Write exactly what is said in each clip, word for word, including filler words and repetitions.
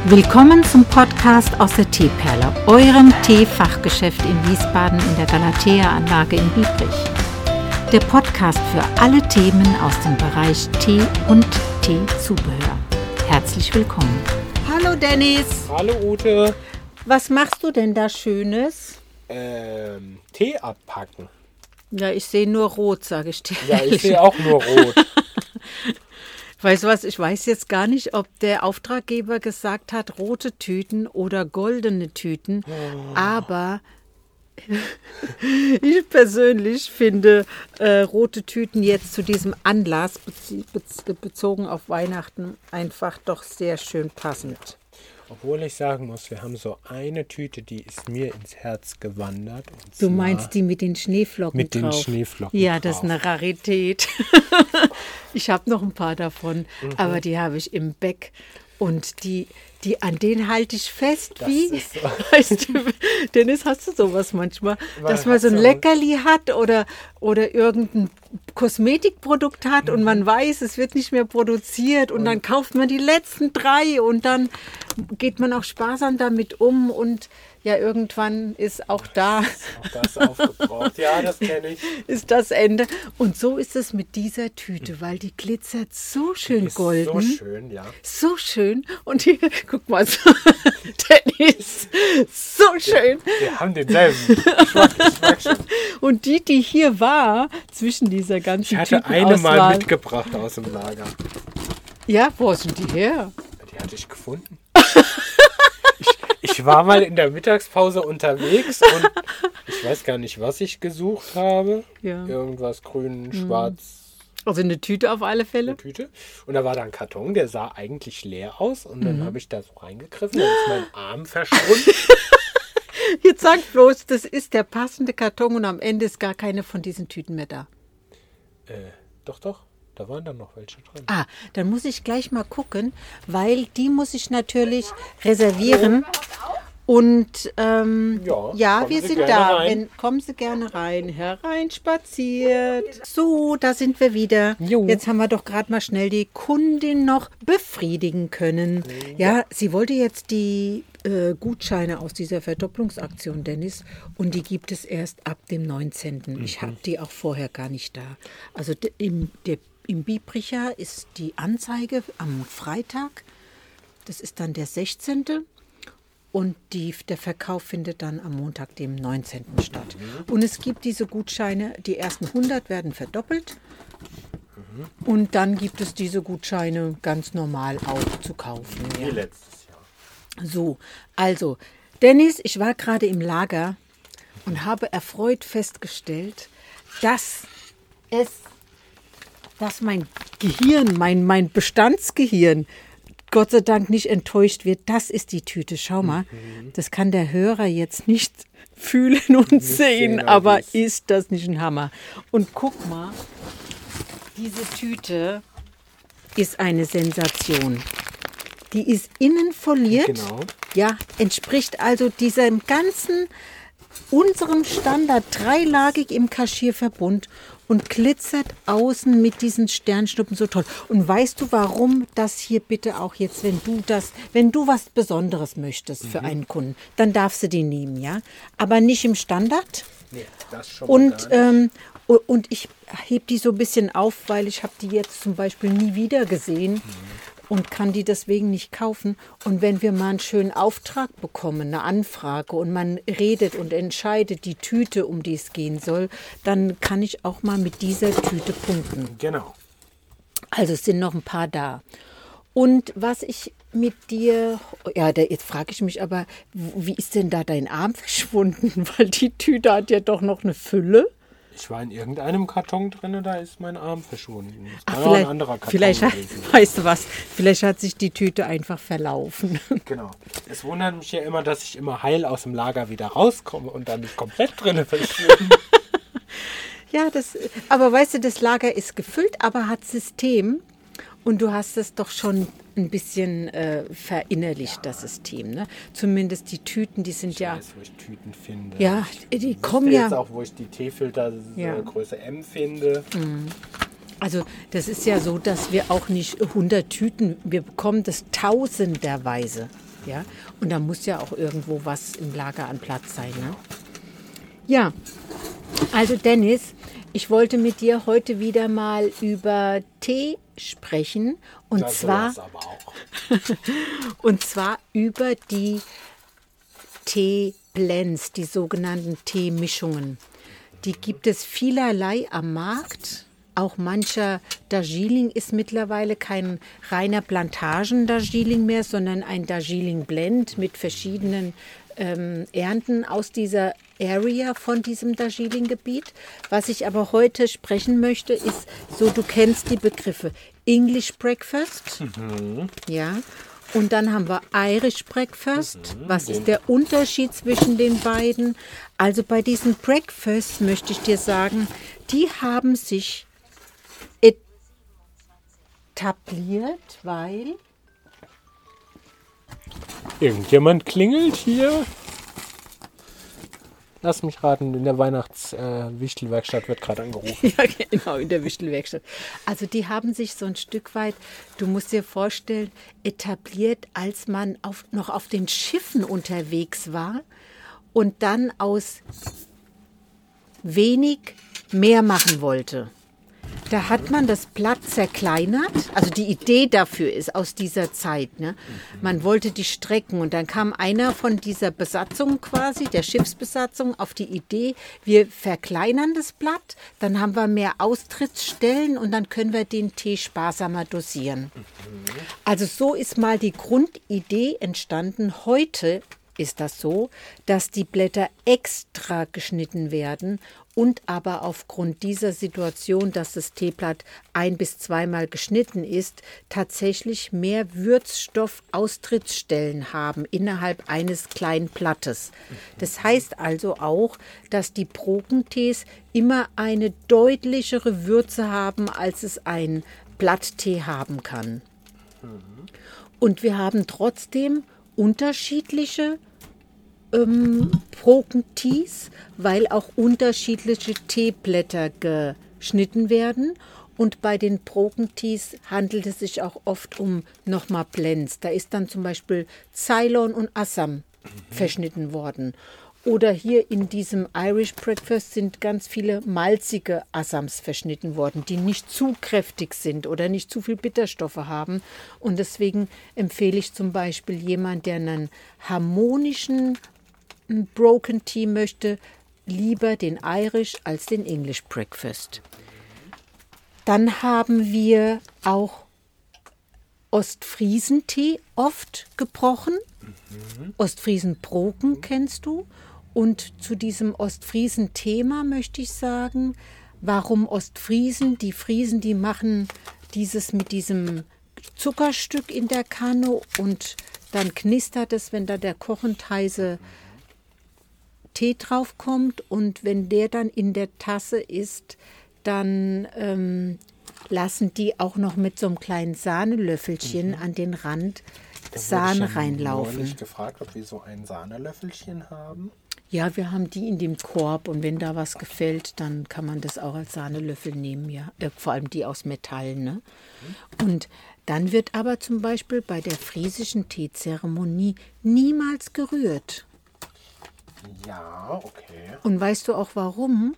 Willkommen zum Podcast aus der Teeperle, eurem Teefachgeschäft in Wiesbaden in der Galatea-Anlage in Biebrich. Der Podcast für alle Themen aus dem Bereich Tee und Teezubehör. Herzlich willkommen. Hallo Dennis. Hallo Ute. Was machst du denn da Schönes? Ähm, Tee abpacken. Ja, ich sehe nur rot, sage ich dir. Ja, ich sehe auch nur rot. Weißt du was, ich weiß jetzt gar nicht, ob der Auftraggeber gesagt hat, rote Tüten oder goldene Tüten, oh. aber ich persönlich finde äh, rote Tüten jetzt zu diesem Anlass, bezie- bez- bezogen auf Weihnachten, einfach doch sehr schön passend. Obwohl ich sagen muss, wir haben so eine Tüte, die ist mir ins Herz gewandert. Und du meinst die mit den Schneeflocken mit drauf? Mit den Schneeflocken Ja, drauf. das ist eine Rarität. Ich habe noch ein paar davon, mhm. aber die habe ich im Bag. Und die, die, an denen halte ich fest, das wie, ist so. Weißt du, Dennis, hast du sowas manchmal, Man dass man so ein so Leckerli hat oder, oder irgendein Kosmetikprodukt hat mhm. und man weiß, es wird nicht mehr produziert und, und dann kauft man die letzten drei und dann geht man auch sparsam damit um und ja, irgendwann ist auch da auch das aufgebraucht. Ja, das kenne ich. Ist das Ende. Und so ist es mit dieser Tüte, weil die glitzert so schön ist golden. So schön, ja. So schön. Und hier, guck mal, so, Dennis, so schön. Wir, wir haben denselben. Ich mag, ich mag schon. Und die, die hier war, zwischen dieser ganzen Ich hatte eine mal mitgebracht aus dem Lager. Ja, wo sind die her? Die hatte ich gefunden. Ich, ich war mal in der Mittagspause unterwegs und ich weiß gar nicht, was ich gesucht habe. Ja. Irgendwas grün, schwarz. Also eine Tüte auf alle Fälle. Eine Tüte. Und da war da ein Karton, der sah eigentlich leer aus. Und dann mhm. habe ich da so reingegriffen, dann ist mein Arm verschwunden. Jetzt sag bloß, das ist der passende Karton und am Ende ist gar keine von diesen Tüten mehr da. Äh, doch, doch. Da waren dann noch welche drin. Ah, dann muss ich gleich mal gucken, weil die muss ich natürlich reservieren. Und ähm, ja, ja wir Sie sind da. Wenn, kommen Sie gerne rein. Hereinspaziert. So, da sind wir wieder. Jo. Jetzt haben wir doch gerade mal schnell die Kundin noch befriedigen können. Ja, ja sie wollte jetzt die äh, Gutscheine aus dieser Verdopplungsaktion, Dennis. Und die gibt es erst ab dem neunzehnten Mhm. Ich habe die auch vorher gar nicht da. Also im, der Im Biebricher ist die Anzeige am Freitag, das ist dann der sechzehnte Und die, der Verkauf findet dann am Montag, dem neunzehnten statt. Mhm. Und es gibt diese Gutscheine, die ersten hundert werden verdoppelt. Mhm. Und dann gibt es diese Gutscheine ganz normal auch zu kaufen. Wie ja. letztes Jahr. So, also Dennis, ich war gerade im Lager und habe erfreut festgestellt, dass es... dass mein Gehirn, mein, mein Bestandsgehirn, Gott sei Dank nicht enttäuscht wird. Das ist die Tüte. Schau mal, mhm. das kann der Hörer jetzt nicht fühlen und nicht sehen, sehen aber ist. ist das nicht ein Hammer? Und guck mal, diese Tüte ist eine Sensation. Die ist innen foliert, genau. Ja, entspricht also diesem ganzen, unserem Standard, dreilagig im Kaschierverbund. Und glitzert außen mit diesen Sternschnuppen so toll. Und weißt du, warum das hier bitte auch jetzt, wenn du das, wenn du was Besonderes möchtest für mhm. einen Kunden, dann darfst du die nehmen, ja? Aber nicht im Standard. Nee, das schon und, ähm, und ich hebe die so ein bisschen auf, weil ich habe die jetzt zum Beispiel nie wieder gesehen. Mhm. Und kann die deswegen nicht kaufen. Und wenn wir mal einen schönen Auftrag bekommen, eine Anfrage und man redet und entscheidet die Tüte, um die es gehen soll, dann kann ich auch mal mit dieser Tüte punkten. Genau. Also es sind noch ein paar da. Und was ich mit dir, ja, da, jetzt frage ich mich aber, wie ist denn da dein Arm verschwunden? Weil die Tüte hat ja doch noch eine Fülle. Ich war in irgendeinem Karton drin, da ist mein Arm verschwunden. Das Ach, vielleicht, ein anderer Karton vielleicht hat, weißt du was, vielleicht hat sich die Tüte einfach verlaufen. Genau. Es wundert mich ja immer, dass ich immer heil aus dem Lager wieder rauskomme und dann nicht komplett drin verschwinde. Ja, das, aber weißt du, das Lager ist gefüllt, aber hat System. Und du hast es doch schon ein bisschen äh, verinnerlicht, ja. Das System. Ne? Zumindest die Tüten, die sind ich ja... Ich weiß, wo ich Tüten finde. Ja, ich die kommen ja... jetzt auch, wo ich die Teefilter ja. Größe M finde. Mhm. Also das ist ja so, dass wir auch nicht hundert Tüten, wir bekommen das tausenderweise. Ja? Und da muss ja auch irgendwo was im Lager an Platz sein. Ne? Ja, also Dennis, ich wollte mit dir heute wieder mal über Tee sprechen. Und das zwar aber auch. und zwar über die Teeblends, die sogenannten Teemischungen. Die gibt es vielerlei am Markt. Auch mancher Darjeeling ist mittlerweile kein reiner Plantagen-Darjeeling mehr, sondern ein Darjeeling-Blend mit verschiedenen ähm, Ernten aus dieser Area von diesem Darjeeling-Gebiet. Was ich aber heute sprechen möchte, ist so, du kennst die Begriffe English Breakfast, mhm. ja, und dann haben wir Irish Breakfast. Mhm, Was ist der Unterschied zwischen den beiden? Also bei diesen Breakfasts möchte ich dir sagen, die haben sich etabliert, weil... Irgendjemand klingelt hier. Lass mich raten, in der Weihnachts-Wichtelwerkstatt äh, wird gerade angerufen. Ja, genau, in der Wichtelwerkstatt. Also die haben sich so ein Stück weit, du musst dir vorstellen, etabliert, als man auf, noch auf den Schiffen unterwegs war und dann aus wenig mehr machen wollte. Da hat man das Blatt zerkleinert. Also die Idee dafür ist aus dieser Zeit. Ne? Man wollte die strecken und dann kam einer von dieser Besatzung quasi, der Schiffsbesatzung, auf die Idee, wir verkleinern das Blatt, dann haben wir mehr Austrittsstellen und dann können wir den Tee sparsamer dosieren. Also so ist mal die Grundidee entstanden. Heute ist das so, dass die Blätter extra geschnitten werden und aber aufgrund dieser Situation, dass das Teeblatt ein- bis zweimal geschnitten ist, tatsächlich mehr Würzstoff-Austrittsstellen haben innerhalb eines kleinen Blattes. Das heißt also auch, dass die Prokentees immer eine deutlichere Würze haben, als es ein Blatttee haben kann. Und wir haben trotzdem unterschiedliche ähm, Prokentees, weil auch unterschiedliche Teeblätter geschnitten werden. Und bei den Prokentees handelt es sich auch oft um nochmal Blends. Da ist dann zum Beispiel Ceylon und Assam mhm. verschnitten worden. Oder hier in diesem Irish Breakfast sind ganz viele malzige Assams verschnitten worden, die nicht zu kräftig sind oder nicht zu viel Bitterstoffe haben. Und deswegen empfehle ich zum Beispiel jemand, der einen harmonischen Broken Tea möchte, lieber den Irish als den English Breakfast. Dann haben wir auch Ostfriesentee oft gebrochen. Mhm. Ostfriesen-Broken kennst du. Und zu diesem Ostfriesen-Thema möchte ich sagen, warum Ostfriesen? Die Friesen, die machen dieses mit diesem Zuckerstück in der Kanne und dann knistert es, wenn da der kochend heiße Tee drauf kommt. Und wenn der dann in der Tasse ist, dann ähm, lassen die auch noch mit so einem kleinen Sahnelöffelchen mhm. an den Rand da Sahne ich ja reinlaufen. Ich habe gefragt, ob wir so ein Sahnelöffelchen haben. Ja, wir haben die in dem Korb und wenn da was gefällt, dann kann man das auch als Sahnelöffel nehmen, ja. Äh, vor allem die aus Metall, ne? Mhm. Und dann wird aber zum Beispiel bei der friesischen Teezeremonie niemals gerührt. Ja, okay. Und weißt du auch warum?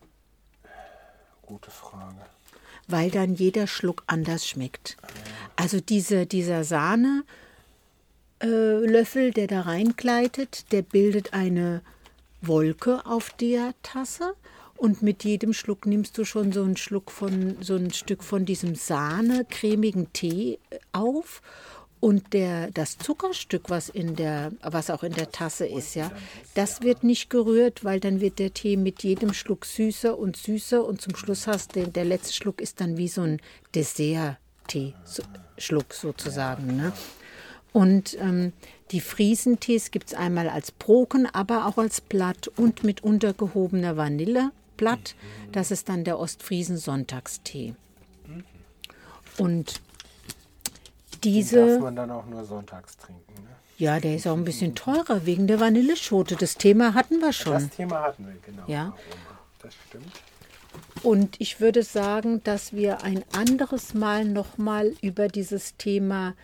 Gute Frage. Weil dann jeder Schluck anders schmeckt. Also diese, dieser Sahne äh, Löffel, der da reingleitet, der bildet eine Wolke auf der Tasse und mit jedem Schluck nimmst du schon so einen Schluck von so ein Stück von diesem Sahne cremigen Tee auf und der das Zuckerstück, was in der was auch in der Tasse ist, ja, das wird nicht gerührt, weil dann wird der Tee mit jedem Schluck süßer und süßer und zum Schluss hast du, der letzte Schluck ist dann wie so ein Dessert-Tee-Schluck sozusagen, ne? Und ähm, die Friesentees gibt es einmal als Broken, aber auch als Blatt und mit untergehobener Vanilleblatt. Das ist dann der Ostfriesen-Sonntagstee. Und diese... Den darf man dann auch nur sonntags trinken, ne? Ja, der ist auch ein bisschen teurer wegen der Vanilleschote. Das Thema hatten wir schon. Das Thema hatten wir, genau. Ja. Das stimmt. Und ich würde sagen, dass wir ein anderes Mal nochmal über dieses Thema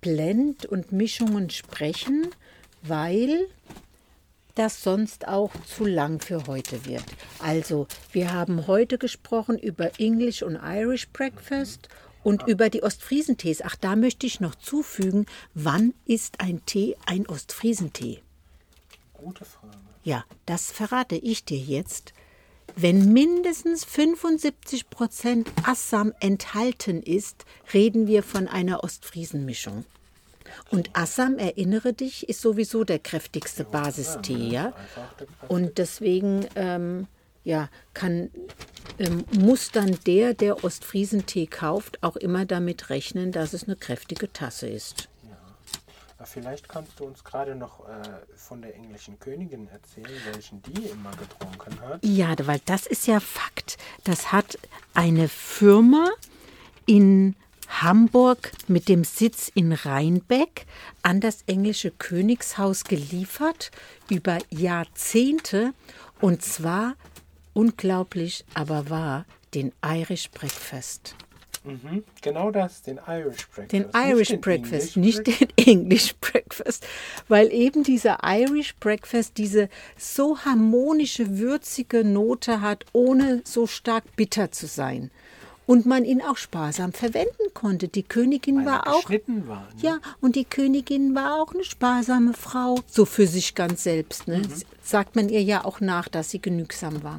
Blend- und Mischungen sprechen, weil das sonst auch zu lang für heute wird. Also, wir haben heute gesprochen über English und Irish Breakfast und über die Ostfriesentees. Ach, da möchte ich noch zufügen, wann ist ein Tee ein Ostfriesentee? Gute Frage. Ja, das verrate ich dir jetzt. Wenn mindestens fünfundsiebzig Prozent Assam enthalten ist, reden wir von einer Ostfriesenmischung. Und Assam, erinnere dich, ist sowieso der kräftigste Basistee, ja. Und deswegen ähm, ja, kann, ähm, muss dann der, der Ostfriesentee kauft, auch immer damit rechnen, dass es eine kräftige Tasse ist. Ja. Vielleicht kannst du uns gerade noch äh, von der englischen Königin erzählen, welchen die immer getrunken hat. Ja, weil das ist ja Fakt. Das hat eine Firma in Hamburg mit dem Sitz in Rheinbeck an das englische Königshaus geliefert über Jahrzehnte, und zwar, unglaublich, aber wahr, den Irish Breakfast. Mhm, genau das, den Irish Breakfast. Den Irish nicht Breakfast, den nicht den English Breakfast, weil eben dieser Irish Breakfast diese so harmonische, würzige Note hat, ohne so stark bitter zu sein. Und man ihn auch sparsam verwenden konnte. Die Königin Weil war auch. War, ne? Ja, und die Königin war auch eine sparsame Frau, so für sich ganz selbst. Ne? Mhm. Sagt man ihr ja auch nach, dass sie genügsam war.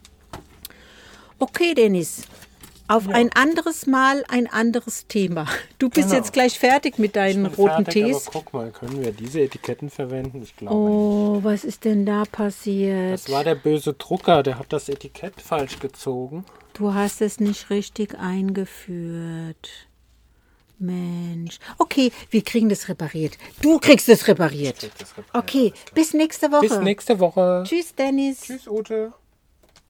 Okay, Dennis. Auf ja. ein anderes Mal ein anderes Thema. Du bist genau. jetzt gleich fertig mit deinen roten fertig, Tees. Aber guck mal, können wir diese Etiketten verwenden? Ich glaube Oh, nicht. Was ist denn da passiert? Das war der böse Drucker, der hat das Etikett falsch gezogen. Du hast es nicht richtig eingeführt. Mensch. Okay, wir kriegen das repariert. Du kriegst es repariert. Ich krieg das repariert. Okay, bis nächste Woche. Bis nächste Woche. Tschüss, Dennis. Tschüss, Ute.